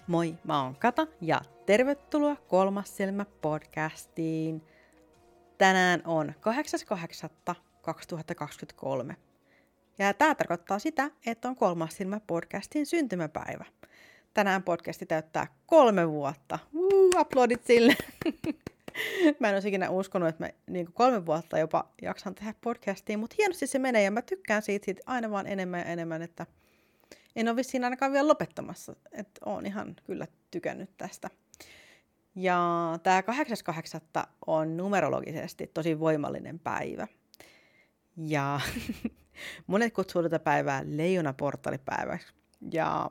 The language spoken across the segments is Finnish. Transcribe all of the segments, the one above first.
Moi, mä oon Kata ja tervetuloa Kolmas silmä podcastiin. Tänään on 8.8.2023 ja tää tarkoittaa sitä, että on Kolmas silmä podcastin syntymäpäivä. Tänään podcasti täyttää 3 vuotta. Aplodit sille! Mä en olisi ikinä uskonut, että mä 3 vuotta jopa jaksan tehdä podcastia, mutta hienosti se menee ja mä tykkään siitä aina vaan enemmän ja enemmän, että en ole vissiin ainakaan vielä lopettamassa, että oon ihan kyllä tykännyt tästä. Ja tää 8.8. on numerologisesti tosi voimallinen päivä. Ja monet kutsuu tätä päivää leijonaportalipäiväksi. Ja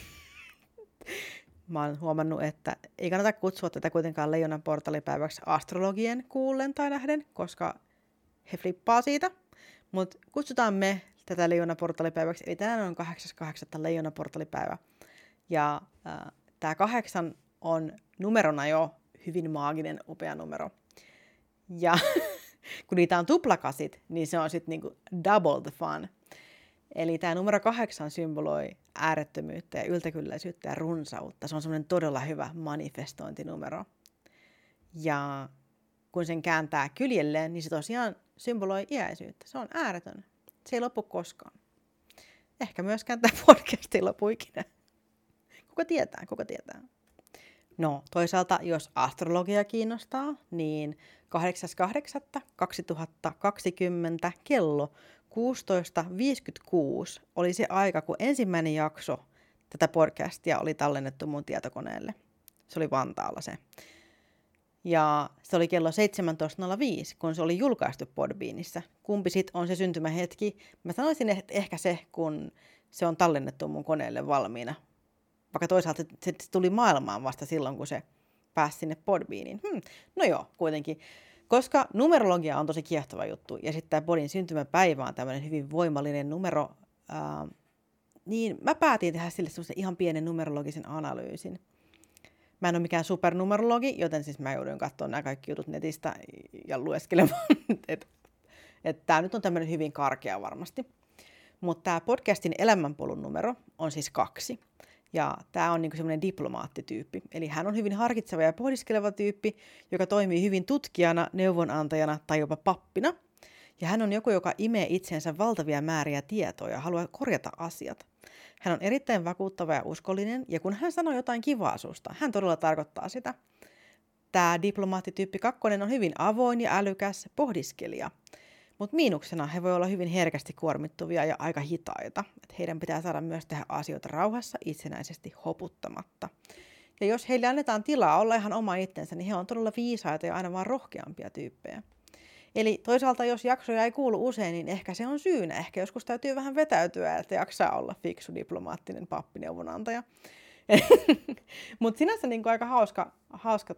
mä oon huomannut, että ei kannata kutsua tätä kuitenkaan leijonaportalipäiväksi astrologien kuullen tai nähden, koska he flippaa siitä. Mutta kutsutaan me tätä leijonaportalipäiväksi, eli tänään on 8.8. leijonaportalipäivä. Ja tämä 8 on numerona jo hyvin maaginen, upea numero. Ja kun niitä on tuplakasit, niin se on sitten niinku double the fun. Eli tämä numero 8 symboloi äärettömyyttä ja yltäkylläisyyttä ja runsautta. Se on semmoinen todella hyvä manifestointinumero. Ja kun sen kääntää kyljelleen, niin se tosiaan symboloi iäisyyttä. Se on ääretön. Se ei lopu koskaan. Ehkä myöskään tämä podcast ei lopu ikinä. Kuka tietää? No, toisaalta jos astrologia kiinnostaa, niin 8.8.2020 kello 16.56 oli se aika, kun ensimmäinen jakso tätä podcastia oli tallennettu mun tietokoneelle. Se oli Vantaalla se. Ja se oli kello 17.05, kun se oli julkaistu Podbeanissä. Kumpi sit on se syntymähetki? Mä sanoisin, että ehkä se, kun se on tallennettu mun koneelle valmiina. Vaikka toisaalta se tuli maailmaan vasta silloin, kun se pääsi sinne Podbeaniin. No joo, kuitenkin. Koska numerologia on tosi kiehtova juttu, ja sitten tämä Podin syntymäpäivä on tämmöinen hyvin voimallinen numero, niin mä päätin tehdä sille semmoisen ihan pienen numerologisen analyysin. Mä en ole mikään supernumerologi, joten siis mä joudun katsoa nämä kaikki jutut netistä ja lueskelemaan, että tämä nyt on tämmöinen hyvin karkea varmasti. Mutta tämä podcastin elämänpolun numero on siis 2. Ja tämä on niinku semmoinen diplomaattityyppi. Eli hän on hyvin harkitseva ja pohdiskeleva tyyppi, joka toimii hyvin tutkijana, neuvonantajana tai jopa pappina. Ja hän on joku, joka imee itseensä valtavia määriä tietoa ja haluaa korjata asiat. Hän on erittäin vakuuttava ja uskollinen, ja kun hän sanoo jotain kivaa susta, hän todella tarkoittaa sitä. Tämä diplomaattityyppi 2 on hyvin avoin ja älykäs pohdiskelija. Mutta miinuksena he voi olla hyvin herkästi kuormittuvia ja aika hitaita. Et heidän pitää saada myös tehdä asioita rauhassa itsenäisesti hoputtamatta. Ja jos heille annetaan tilaa olla ihan oma itsensä, niin he on todella viisaita ja aina vaan rohkeampia tyyppejä. Eli toisaalta, jos jaksoja ei kuulu usein, niin ehkä se on syynä. Ehkä joskus täytyy vähän vetäytyä, että jaksaa olla fiksu diplomaattinen pappineuvonantaja. Mutta sinänsä niin aika hauska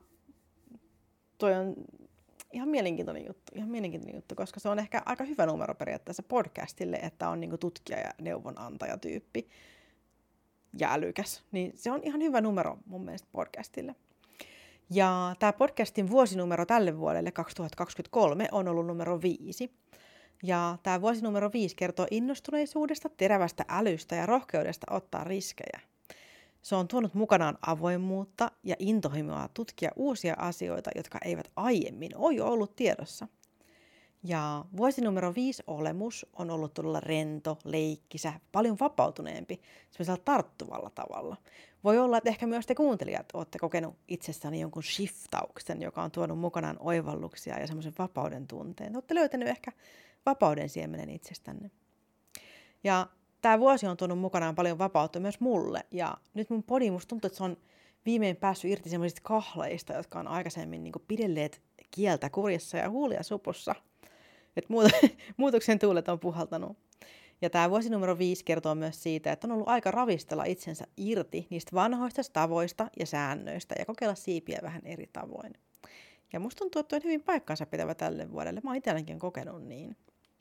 toi on ihan mielenkiintoinen juttu, koska se on ehkä aika hyvä numero periaatteessa podcastille, että on niin tutkija ja neuvonantajatyyppi ja älykäs. Niin se on ihan hyvä numero mun mielestä podcastille. Ja tämä podcastin vuosinumero tälle vuodelle 2023 on ollut numero 5. Ja tämä vuosinumero 5 kertoo innostuneisuudesta, terävästä älystä ja rohkeudesta ottaa riskejä. Se on tuonut mukanaan avoimuutta ja intohimoa tutkia uusia asioita, jotka eivät aiemmin ole ollut tiedossa. Ja vuosinumero 5 olemus on ollut todella rento, leikkisä, paljon vapautuneempi, sellaisella tarttuvalla tavalla. Voi olla, että ehkä myös te kuuntelijat olette kokenut itsessäni jonkun shiftauksen, joka on tuonut mukanaan oivalluksia ja semmoisen vapauden tunteen. Olette löytänyt ehkä vapauden siemenen itsestänne. Ja tämä vuosi on tuonut mukanaan paljon vapautta myös mulle. Ja nyt mun podi, musta tuntuu, että se on viimein päässyt irti semmoisista kahleista, jotka on aikaisemmin pidelleet kieltä kurjassa ja huulia supussa. Että muutoksen tuulet on puhaltanut. Ja tämä vuosinumero 5 kertoo myös siitä, että on ollut aika ravistella itsensä irti niistä vanhoista tavoista ja säännöistä ja kokeilla siipiä vähän eri tavoin. Ja musta tuntuu, että on hyvin paikkansa pitävä tälle vuodelle. Mä oon itselläkin kokenut niin.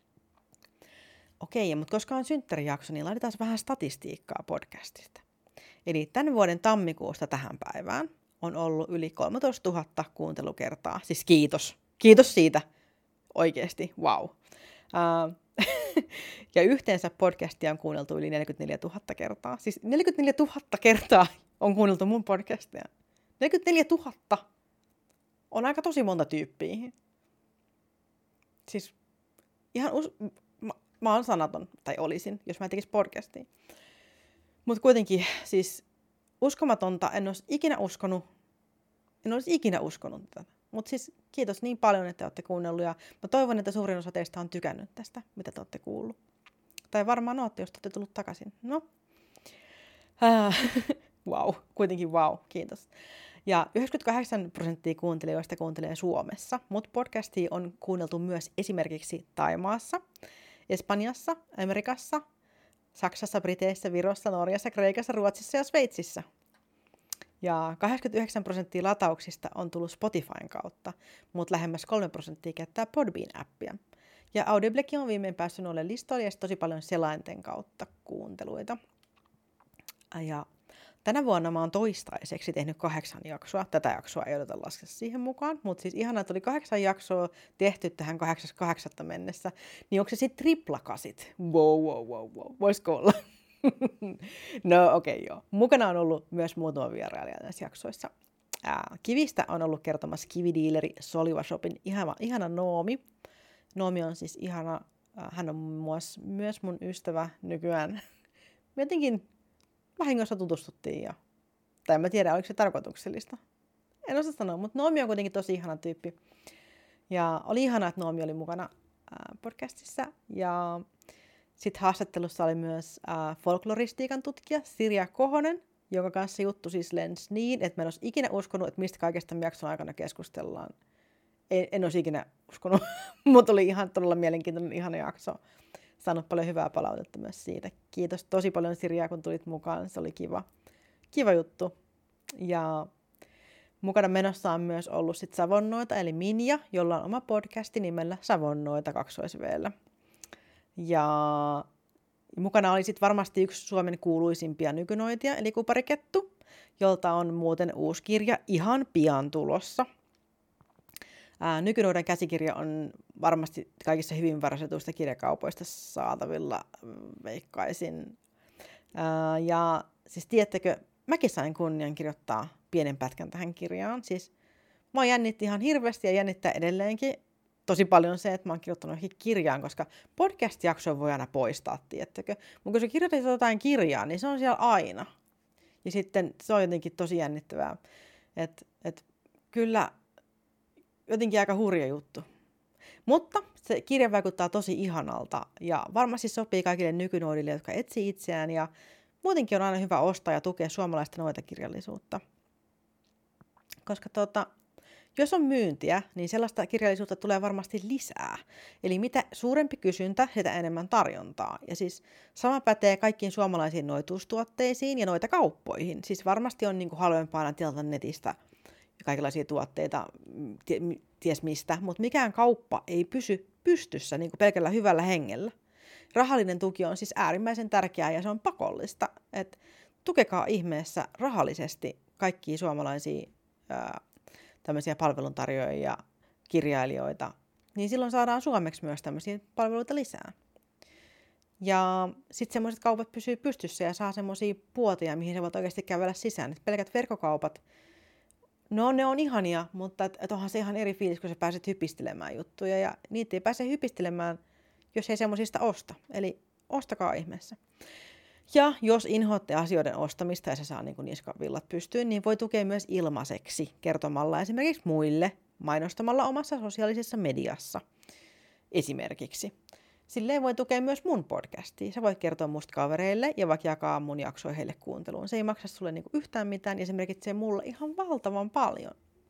Okei, mutta koska on synttärijakso, niin laitetaan vähän statistiikkaa podcastista. Eli tämän vuoden tammikuusta tähän päivään on ollut yli 13 000 kuuntelukertaa. Siis kiitos. Kiitos siitä. Oikeesti, wow. Ja yhteensä podcastia on kuunneltu yli 44 000 kertaa. Siis 44 000 kertaa on kuunneltu mun podcastia. 44 000 on aika tosi monta tyyppiä. Siis ihan mä oon sanaton, tai olisin, jos mä tekisin podcastia. Mutta kuitenkin siis uskomatonta, en olisi ikinä uskonut tätä. Mutta siis kiitos niin paljon, että olette kuunnellut, ja mä toivon, että suurin osa teistä on tykännyt tästä, mitä te olette kuullut. Tai varmaan ootte, jos te olette tullut takaisin. No. Kuitenkin kiitos. Ja 98% kuuntelijoista kuuntelee Suomessa, mutta podcastia on kuunneltu myös esimerkiksi Thaimaassa, Espanjassa, Amerikassa, Saksassa, Briteissä, Virossa, Norjassa, Kreikassa, Ruotsissa ja Sveitsissä. Ja 89% latauksista on tullut Spotifyn kautta, mutta lähemmäs 3% käyttää Podbean-appia. Ja Audiblekin on viimein päässyt noille listoille ja tosi paljon selainten kautta kuunteluita. Ja tänä vuonna mä oon toistaiseksi tehnyt 8 jaksoa. Tätä jaksoa ei odota laskea siihen mukaan, mutta siis ihanaa, että oli 8 jaksoa tehty tähän 8.8. mennessä. Niin onko se sitten triplakasit? Wow. Voisiko olla? No okei, joo. Mukana on ollut myös muutama vierailija näissä jaksoissa. Kivistä on ollut kertomassa kividiileri Soliva Shopin ihana Noomi. Noomi on siis ihana, hän on myös mun ystävä nykyään. Jotenkin vahingossa tutustuttiin tai en mä tiedä, oliko se tarkoituksellista. En osaa sanoa, mutta Noomi on kuitenkin tosi ihana tyyppi. Ja oli ihanaa, että Noomi oli mukana podcastissa. Ja sitten haastattelussa oli myös folkloristiikan tutkija Sirja Kohonen, jonka kanssa juttu siis lensi niin, että mä en olisi ikinä uskonut, että mistä kaikesta jakson aikana keskustellaan. En olisi ikinä uskonut, mutta oli ihan todella mielenkiintoinen, ihana jakso. Saanut paljon hyvää palautetta myös siitä. Kiitos tosi paljon Sirja, kun tulit mukaan. Se oli kiva juttu. Ja mukana menossa on myös ollut sit Savonnoita, eli Minja, jolla on oma podcasti nimellä Savonnoita 2 V:llä. Ja mukana oli sitten varmasti yksi Suomen kuuluisimpia nykynoitia, eli Kuparikettu, jolta on muuten uusi kirja ihan pian tulossa. Nykynoiden käsikirja on varmasti kaikissa hyvin varastetuista kirjakaupoista saatavilla, veikkaisin. Ja siis tiedättekö, mäkin sain kunnian kirjoittaa pienen pätkän tähän kirjaan. Siis mä jännitti ihan hirveästi ja jännittää edelleenkin tosi paljon se, että mä oon kirjoittanut johonkin kirjaan, koska podcast-jaksoa voi aina poistaa, tiedättekö. Mutta kun sä kirjoitat jotain kirjaa, niin se on siellä aina. Ja sitten se on jotenkin tosi jännittävää. Et kyllä jotenkin aika hurja juttu. Mutta se kirja vaikuttaa tosi ihanalta ja varmasti sopii kaikille nykynoidille, jotka etsii itseään. Ja muutenkin on aina hyvä ostaa ja tukea suomalaista noitakirjallisuutta. Koska jos on myyntiä, niin sellaista kirjallisuutta tulee varmasti lisää. Eli mitä suurempi kysyntä, sitä enemmän tarjontaa. Ja siis sama pätee kaikkiin suomalaisiin noituustuotteisiin ja noita kauppoihin. Siis varmasti on halvempaa aina tilata netistä kaikenlaisia tuotteita, ties mistä, mutta mikään kauppa ei pysy pystyssä pelkällä hyvällä hengellä. Rahallinen tuki on siis äärimmäisen tärkeää ja se on pakollista. Et tukekaa ihmeessä rahallisesti kaikkia suomalaisia tämmöisiä palveluntarjoajia ja kirjailijoita, niin silloin saadaan suomeksi myös tämmöisiä palveluita lisää. Ja sitten semmoiset kaupat pysyy pystyssä ja saa semmoisia puoteja, mihin sä voit oikeasti kävellä sisään. Et pelkät verkkokaupat, no ne on ihania, mutta onhan se ihan eri fiilis, kun sä pääset hypistelemään juttuja. Ja niitä ei pääse hypistelemään, jos ei semmoisista osta. Eli ostakaa ihmeessä. Ja jos inhoatte asioiden ostamista ja se saa niskavillat pystyyn, niin voi tukea myös ilmaiseksi kertomalla esimerkiksi muille, mainostamalla omassa sosiaalisessa mediassa esimerkiksi. Silleen voi tukea myös mun podcastia. Sä voit kertoa musta kavereille ja vaikka jakaa mun jaksoja heille kuunteluun. Se ei maksa sulle yhtään mitään ja se merkitsee mulle ihan valtavan paljon.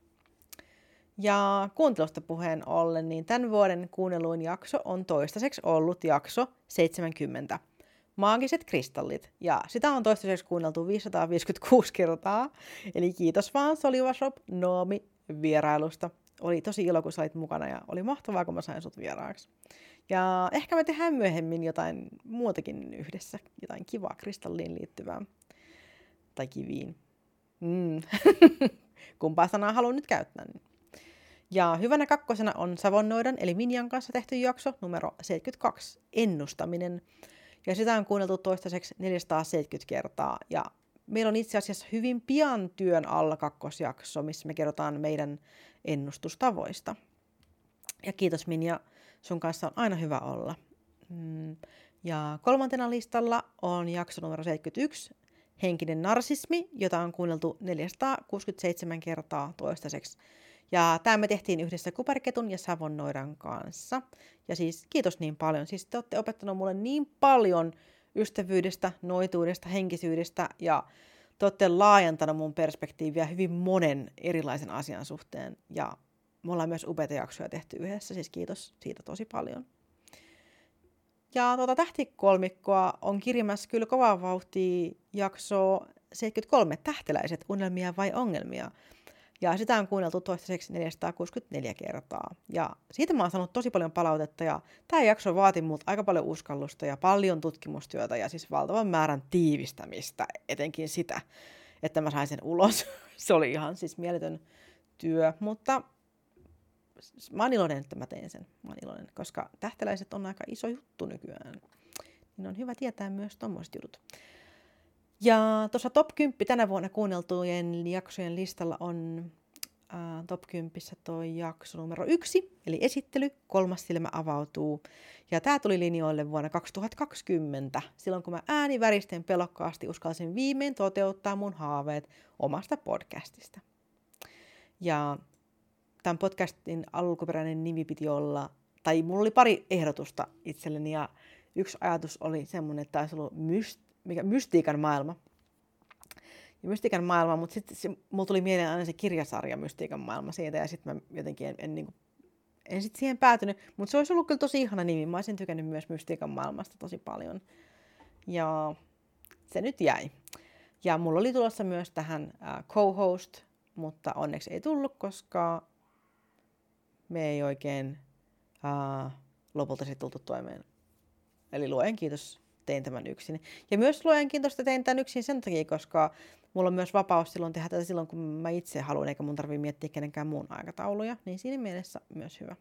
Ja kuuntelusta puheen ollen, niin tämän vuoden kuunnelluin jakso on toistaiseksi ollut jakso 70. Maagiset kristallit. Ja sitä on toistaiseksi kuunneltu 556 kertaa. Eli kiitos vaan Soliva Shop Noomi vierailusta. Oli tosi ilo, kun sä olit mukana ja oli mahtavaa, kun mä sain sut vieraaksi. Ja ehkä me tehdään myöhemmin jotain muutakin yhdessä. Jotain kivaa kristalliin liittyvää. Tai kiviin. Kumpaa sanaa haluan nyt käyttää. Ja hyvänä kakkosena on Savonnoidan eli Minjan kanssa tehty jakso numero 72, ennustaminen. Ja sitä on kuunneltu toistaiseksi 470 kertaa. Ja meillä on itse asiassa hyvin pian työn alla kakkosjakso, missä me kerrotaan meidän ennustustavoista. Ja kiitos Minja, sun kanssa on aina hyvä olla. Ja 3. listalla on jakso numero 71, henkinen narsismi, jota on kuunneltu 467 kertaa toistaiseksi. Ja tämä me tehtiin yhdessä Kuperketun ja Savonnoidan kanssa. Ja siis kiitos niin paljon. Siis te olette opettanut mulle niin paljon ystävyydestä, noituudesta, henkisyydestä ja te olette laajentanut mun perspektiiviä hyvin monen erilaisen asian suhteen. Ja me ollaan myös upeita jaksoja tehty yhdessä, siis kiitos siitä tosi paljon. Ja tähtikolmikkoa on kirjamässä kyllä kovaa vauhtia jaksoa 73, Tähteläiset, unelmia vai ongelmia. Ja sitä on kuunneltu toistaiseksi 464 kertaa. Ja siitä mä oon saanut tosi paljon palautetta ja tämä jakso vaati multa aika paljon uskallusta ja paljon tutkimustyötä ja siis valtavan määrän tiivistämistä, etenkin sitä, että mä sain sen ulos. Se oli ihan siis mieletön työ, mutta mä oon iloinen, että mä tein sen. Mä oon iloinen, koska tähteläiset on aika iso juttu nykyään. Niin on hyvä tietää myös tommoiset jutut. Ja tuossa Top 10 tänä vuonna kuunneltujen jaksojen listalla on Top 10 toi jakso numero 1, eli esittely, 3. silmä avautuu. Ja tää tuli linjoille vuonna 2020, silloin kun mä ääni pelokkaasti uskalsin viimein toteuttaa mun haaveet omasta podcastista. Ja tämän podcastin alkuperäinen nimi piti olla, tai mulla oli pari ehdotusta itselleni, ja yksi ajatus oli semmoinen, että olisi ollut mystiikan maailma. Ja mystiikan maailma, mutta sitten mulla tuli mieleen aina se kirjasarja Mystiikan maailma siitä, ja sitten mä jotenkin en sit siihen päätynyt, mutta se olisi ollut kyllä tosi ihana nimi. Mä olisin tykännyt myös Mystiikan maailmasta tosi paljon. Ja se nyt jäi. Ja mulla oli tulossa myös tähän co-host, mutta onneksi ei tullut, koska me ei oikein lopulta sitten tultu toimeen. Eli luojan kiitos, tein tämän yksin. Ja myös luojan kiitos, että tein tämän yksin sen takia, koska mulla on myös vapaus silloin tehdä tätä silloin, kun mä itse haluan, eikä mun tarvitse miettiä kenenkään muun aikatauluja. Niin siinä mielessä myös hyvä.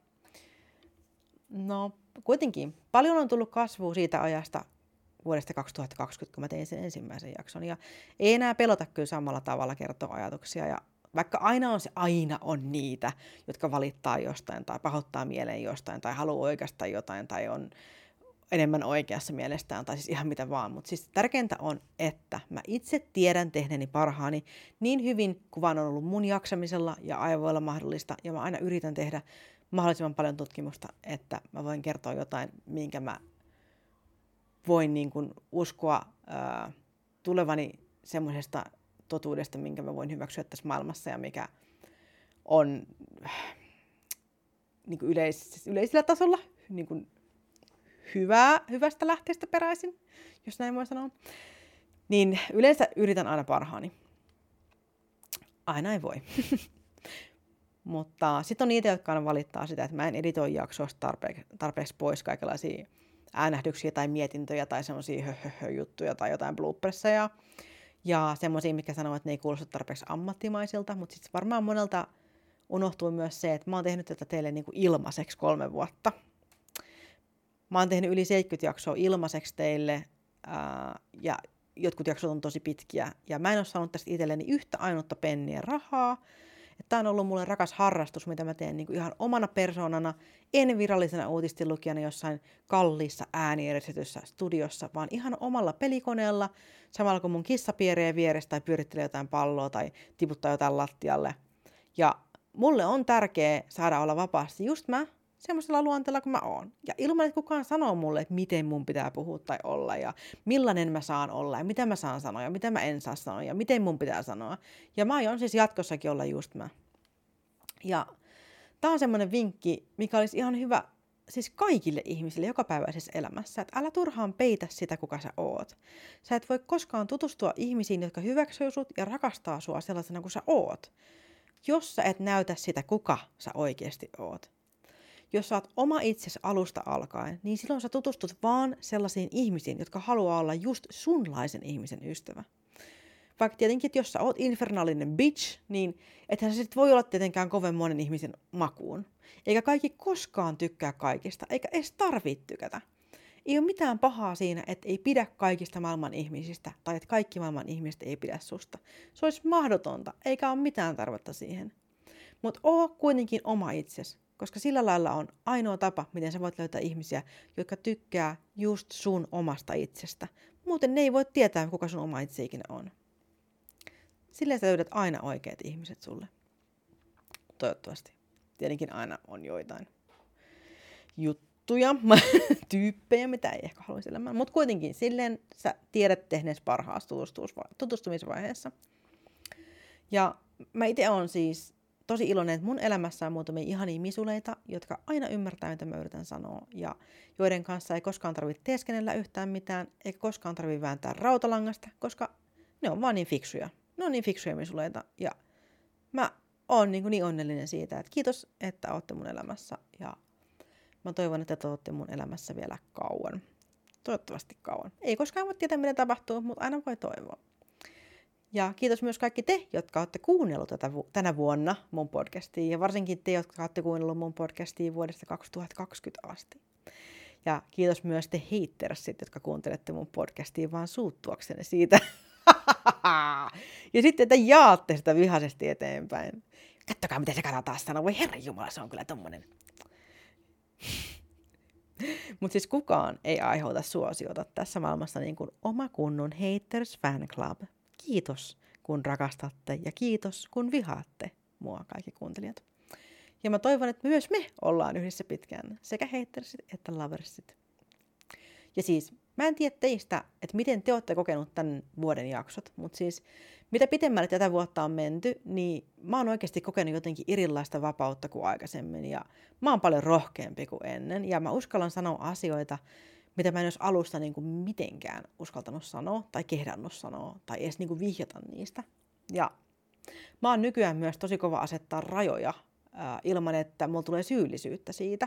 No kuitenkin, paljon on tullut kasvua siitä ajasta vuodesta 2020, kun mä tein sen ensimmäisen jakson. Ja ei enää pelota kyllä samalla tavalla kertoa ajatuksia. Ja vaikka aina on niitä, jotka valittaa jostain tai pahoittaa mieleen jostain tai haluaa oikaista jotain tai on enemmän oikeassa mielestään tai siis ihan mitä vaan. Mutta siis tärkeintä on, että mä itse tiedän tehneeni parhaani niin hyvin kuin vaan on ollut mun jaksamisella ja aivoilla mahdollista. Ja mä aina yritän tehdä mahdollisimman paljon tutkimusta, että mä voin kertoa jotain, minkä mä voin niin kuin uskoa tulevani semmoisesta totuudesta, minkä mä voin hyväksyä tässä maailmassa ja mikä on niin kuin yleisellä tasolla niin kuin hyvästä lähteestä peräisin, jos näin voi sanoa. Niin yleensä yritän aina parhaani. Aina ei voi. Mutta sitten on niitä, jotka aina valittaa sitä, että mä en editoi jaksosta tarpeeksi pois kaikenlaisia äänähdyksiä tai mietintöjä tai semmoisia juttuja tai jotain blooperseja. Ja semmoisia, mitkä sanoo, että ne ei kuulosta tarpeeksi ammattimaisilta, mutta sitten varmaan monelta unohtuu myös se, että mä oon tehnyt tätä teille niin kuin ilmaiseksi 3 vuotta. Mä oon tehnyt yli 70 jaksoa ilmaiseksi teille, ja jotkut jaksot on tosi pitkiä, ja mä en ole saanut tästä itselleni yhtä ainutta penniä rahaa. Tämä on ollut mulle rakas harrastus, mitä mä teen niin kuin ihan omana persoonana, en virallisena uutistilukijana jossain kalliissa äänieristetyssä studiossa, vaan ihan omalla pelikoneella, samalla kun mun kissa pieree vieressä tai pyörittelee jotain palloa tai tiputtaa jotain lattialle. Ja mulle on tärkeää saada olla vapaasti just mä, semmoisella luonteella kuin mä oon. Ja ilman, että kukaan sanoo mulle, että miten mun pitää puhua tai olla ja millainen mä saan olla ja mitä mä saan sanoa ja mitä mä en saa sanoa ja miten mun pitää sanoa. Ja mä aion siis jatkossakin olla just mä. Ja tää on semmoinen vinkki, mikä olisi ihan hyvä siis kaikille ihmisille jokapäiväisessä elämässä, että älä turhaan peitä sitä, kuka sä oot. Sä et voi koskaan tutustua ihmisiin, jotka hyväksyy sut ja rakastaa sua sellaisena kuin sä oot, jos sä et näytä sitä, kuka sä oikeasti oot. Jos sä oot oma itsesi alusta alkaen, niin silloin sä tutustut vaan sellaisiin ihmisiin, jotka haluaa olla just sunlaisen ihmisen ystävä. Vaikka tietenkin, että jos sä oot infernaalinen bitch, niin ethän sä sit voi olla tietenkään kovin monen ihmisen makuun. Eikä kaikki koskaan tykkää kaikista, eikä edes tarvitse tykätä. Ei ole mitään pahaa siinä, että ei pidä kaikista maailman ihmisistä, tai että kaikki maailman ihmiset ei pidä susta. Se olisi mahdotonta, eikä ole mitään tarvetta siihen. Mutta oo kuitenkin oma itsesi, koska sillä lailla on ainoa tapa, miten sä voit löytää ihmisiä, jotka tykkää just sun omasta itsestä. Muuten ne ei voi tietää, kuka sun oma itse ikinä on. Silleen sä löydät aina oikeat ihmiset sulle. Toivottavasti. Tietenkin aina on joitain juttuja, tyyppejä, mitä ei ehkä haluaisi elämään. Mutta kuitenkin silleen sä tiedät tehneesi parhaassa tutustumisvaiheessa. Ja mä itse olen siis tosi iloinen, että mun elämässä on muutamia ihania misuleita, jotka aina ymmärtää, mitä mä yritän sanoa. Ja joiden kanssa ei koskaan tarvitse teeskennellä yhtään mitään, eikä koskaan tarvitse vääntää rautalangasta, koska ne on vaan niin fiksuja. Ne on niin fiksuja misuleita. Ja mä oon niin onnellinen siitä, että kiitos, että ootte mun elämässä. Ja mä toivon, että te ootte mun elämässä vielä kauan. Toivottavasti kauan. Ei koskaan voi tietää, mitä tapahtuu, mutta aina voi toivoa. Ja kiitos myös kaikki te, jotka olette kuunnellut tänä vuonna mun podcastia. Ja varsinkin te, jotka olette kuunnellut mun podcastia vuodesta 2020 asti. Ja kiitos myös te hatersit, jotka kuuntelette mun podcastia vaan suuttuaksenne siitä. Ja sitten, että jaatte sitä vihaisesti eteenpäin. Kattokaa, miten se katsotaan sanoo. Voi herranjumala, se on kyllä tommonen. Mutta siis kukaan ei aiheuta suosiota tässä maailmassa niin kuin oma kunnon haters fan club. Kiitos, kun rakastatte ja kiitos, kun vihaatte mua kaikki kuuntelijat. Ja mä toivon, että myös me ollaan yhdessä pitkään, sekä hatersit että loversit. Ja siis, mä en tiedä teistä, että miten te olette kokenut tämän vuoden jaksot, mutta siis mitä pitemmälle tätä vuotta on menty, niin mä oon oikeasti kokenut jotenkin erilaista vapautta kuin aikaisemmin. Ja mä oon paljon rohkeampi kuin ennen, ja mä uskallan sanoa asioita, mitä mä en olisi alusta niin kuin mitenkään uskaltanut sanoa, tai kehdannut sanoa, tai edes niin kuin vihjata niistä. Ja mä oon nykyään myös tosi kova asettaa rajoja ilman, että mulla tulee syyllisyyttä siitä.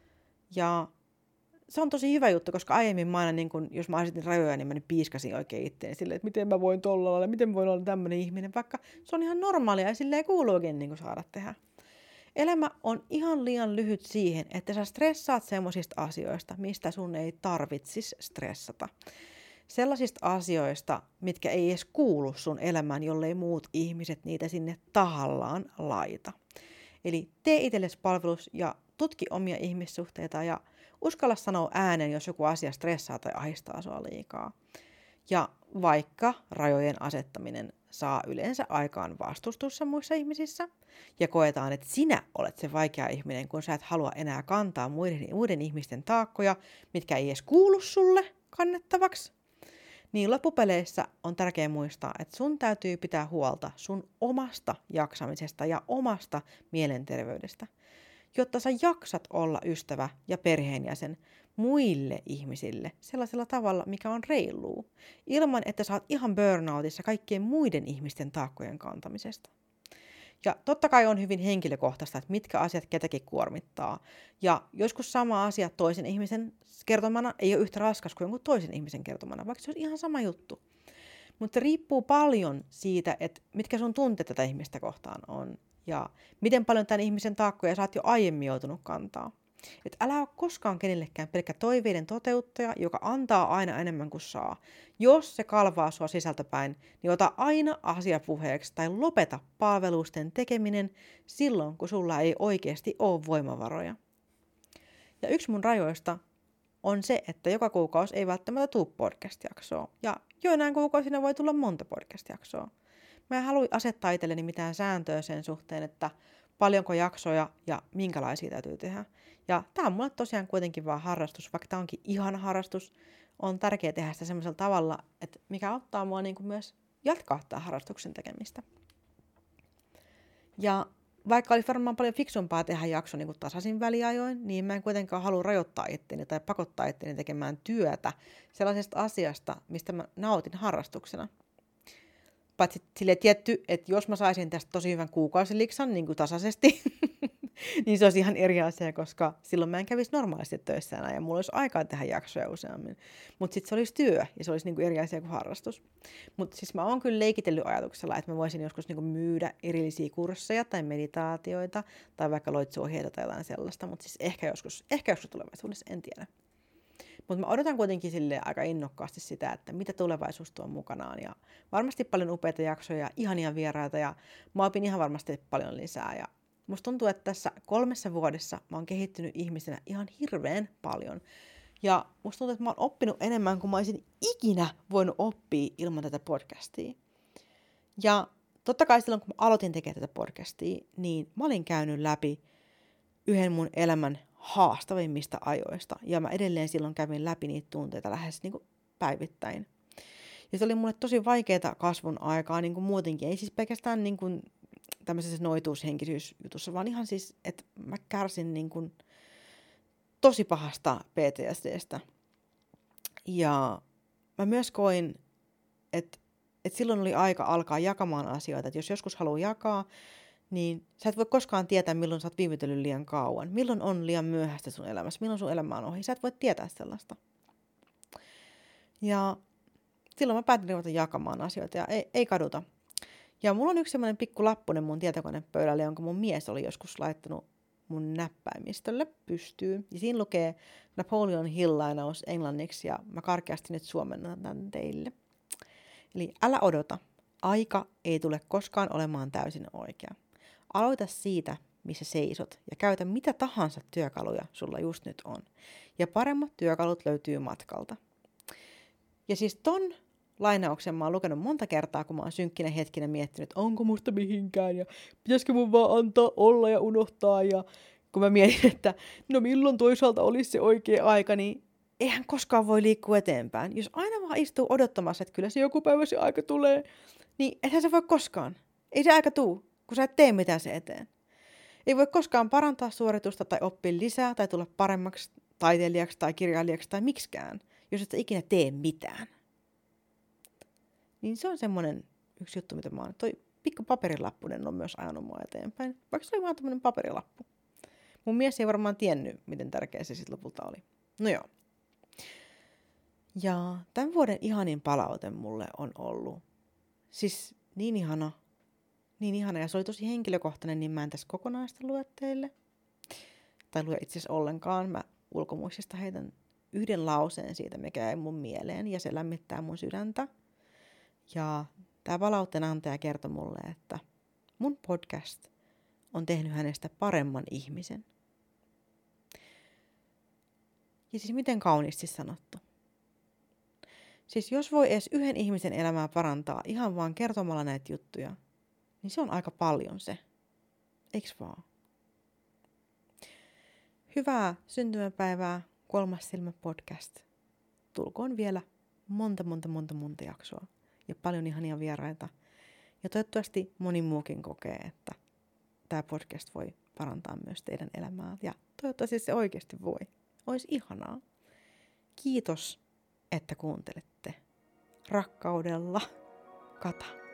Ja se on tosi hyvä juttu, koska aiemmin mä aina, niin kun, jos mä asetin rajoja, niin mä nyt piiskasin oikein itteeni silleen, että miten mä voin tolla olla, miten mä voin olla tämmöinen ihminen, vaikka se on ihan normaalia ja silleen kuuluukin niin saada tehdä. Elämä on ihan liian lyhyt siihen, että sä stressaat semmoisista asioista, mistä sun ei tarvitsisi stressata. Sellaisista asioista, mitkä ei edes kuulu sun elämään, jollei muut ihmiset niitä sinne tahallaan laita. Eli tee itsellesi palvelus ja tutki omia ihmissuhteita ja uskalla sanoa ääneen, jos joku asia stressaa tai ahdistaa sua liikaa. Ja vaikka rajojen asettaminen saa yleensä aikaan vastustusta muissa ihmisissä, ja koetaan, että sinä olet se vaikea ihminen, kun sä et halua enää kantaa muiden ihmisten taakkoja, mitkä ei edes kuulu sulle kannettavaksi, niin loppupeleissä on tärkeää muistaa, että sun täytyy pitää huolta sun omasta jaksamisesta ja omasta mielenterveydestä, jotta sä jaksat olla ystävä ja perheenjäsen muille ihmisille sellaisella tavalla, mikä on reiluu, ilman että sä oot ihan burnoutissa kaikkien muiden ihmisten taakkojen kantamisesta. Ja totta kai on hyvin henkilökohtaista, että mitkä asiat ketäkin kuormittaa. Ja joskus sama asia toisen ihmisen kertomana ei ole yhtä raskas kuin jonkun toisen ihmisen kertomana, vaikka se on ihan sama juttu. Mutta riippuu paljon siitä, että mitkä sun tunteet tätä ihmistä kohtaan on. Ja miten paljon tämän ihmisen taakkoja sä oot jo aiemmin joutunut kantaa. Et älä ole koskaan kenellekään pelkkä toiveiden toteuttaja, joka antaa aina enemmän kuin saa. Jos se kalvaa sua sisältäpäin, niin ota aina asia puheeksi tai lopeta palvelusten tekeminen silloin, kun sulla ei oikeasti ole voimavaroja. Ja yksi mun rajoista on se, että joka kuukausi ei välttämättä tule podcast-jaksoa. Ja joinain kuukausina voi tulla monta podcast-jaksoa. Mä en halua asettaa itselleni mitään sääntöä sen suhteen, että paljonko jaksoja ja minkälaisia täytyy tehdä. Ja tää on mulle tosiaan kuitenkin vaan harrastus, vaikka tää onkin ihana harrastus. On tärkeää tehdä sitä semmoisella tavalla, että mikä auttaa mua niin kuin myös jatkaa tämän harrastuksen tekemistä. Ja vaikka olisi varmaan paljon fiksumpaa tehdä jakso niin kuin tasaisin väliajoin, niin mä en kuitenkaan halua rajoittaa itseäni tai pakottaa itseäni tekemään työtä sellaisesta asiasta, mistä mä nautin harrastuksena. Paitsi silleen tietty, että jos mä saisin tästä tosi hyvän kuukausiliksan niin kuin tasaisesti, niin se olisi ihan eri asia, koska silloin mä en kävisi normaalisti töissä enää ja mulla olisi aikaa tehdä jaksoja useammin. Mutta sitten se olisi työ ja se olisi niin kuin eri asia kuin harrastus. Mutta siis mä oon kyllä leikitellyt ajatuksella, että mä voisin joskus niin kuin myydä erillisiä kursseja tai meditaatioita tai vaikka loitsuohjeita tai jotain sellaista, mutta siis ehkä joskus tulevaisuudessa, en tiedä. Mutta mä odotan kuitenkin silleen aika innokkaasti sitä, että mitä tulevaisuus tuo mukanaan. Ja varmasti paljon upeita jaksoja, ihania vieraita ja mä opin ihan varmasti paljon lisää. Ja musta tuntuu, että tässä 3 vuodessa mä oon kehittynyt ihmisenä ihan hirveän paljon. Ja musta tuntuu, että mä oon oppinut enemmän kuin mä olisin ikinä voinut oppia ilman tätä podcastia. Ja totta kai silloin, kun mä aloitin tekemään tätä podcastia, niin mä olin käynyt läpi yhden mun elämän haastavimmista ajoista. Ja mä edelleen silloin kävin läpi niitä tunteita lähes niin kuin päivittäin. Ja se oli mulle tosi vaikeaa kasvun aikaa niin kuin muutenkin. Ei siis pelkästään niin kuin tämmöisessä noituushenkisyysjutussa, vaan ihan siis, että mä kärsin niin kuin tosi pahasta PTSDstä. Ja mä myös koin, että silloin oli aika alkaa jakamaan asioita. Että jos joskus haluaa jakaa, niin sä et voi koskaan tietää, milloin sä oot viivytellyt liian kauan. Milloin on liian myöhäistä sun elämässä, milloin sun elämä on ohi. Sä et voi tietää sellaista. Ja silloin mä päätin ruveta jakamaan asioita ja ei kaduta. Ja mulla on yksi semmoinen pikku lappunen mun tietokonepöydällä, jonka mun mies oli joskus laittanut mun näppäimistölle pystyyn. Ja siinä lukee Napoleon Hill-lainaus englanniksi ja mä karkeasti nyt suomennan tämän teille. Eli älä odota. Aika ei tule koskaan olemaan täysin oikea. Aloita siitä, missä seisot ja käytä mitä tahansa työkaluja sulla just nyt on. Ja paremmat työkalut löytyy matkalta. Ja siis ton lainauksen mä oon lukenut monta kertaa, kun mä oon synkkinä hetkinä miettinyt, onko musta mihinkään ja pitäisikö mun vaan antaa olla ja unohtaa. Ja kun mä mietin, että no milloin toisaalta olisi se oikea aika, niin eihän koskaan voi liikkua eteenpäin. Jos aina vaan istuu odottamassa, että kyllä se joku päivä se aika tulee, niin ethän se voi koskaan. Ei se aika tuu, kun sä et tee mitään se eteen. Ei voi koskaan parantaa suoritusta tai oppia lisää tai tulla paremmaksi taiteilijaksi tai kirjailijaksi tai miksikään, jos et sä ikinä tee mitään. Niin se on semmoinen yksi juttu, mitä mä oon. Toi pikku paperilappunen on myös ajanut mua eteenpäin, vaikka se oli vaan tämmöinen paperilappu. Mun mies ei varmaan tiennyt, miten tärkeä se sitten lopulta oli. No joo. Ja tämän vuoden ihanin palaute mulle on ollut siis niin ihana, ja se oli tosi henkilökohtainen, niin mä en tässä kokonaan sitä lue teille. Tai lue itse asiassa ollenkaan. Mä ulkomuistista heitän yhden lauseen siitä, mikä jäi mun mieleen, ja se lämmittää mun sydäntä. Ja tää palautteen antaja kertoi mulle, että mun podcast on tehnyt hänestä paremman ihmisen. Ja siis miten kauniisti sanottu. Siis jos voi edes yhden ihmisen elämää parantaa ihan vaan kertomalla näitä juttuja, niin se on aika paljon se. Eiks vaan? Hyvää syntymäpäivää, Kolmas silmä podcast. Tulkoon vielä monta jaksoa ja paljon ihania vieraita. Ja toivottavasti moni muukin kokee, että tämä podcast voi parantaa myös teidän elämää. Ja toivottavasti se oikeasti voi. Olisi ihanaa. Kiitos, että kuuntelette. Rakkaudella, Kata.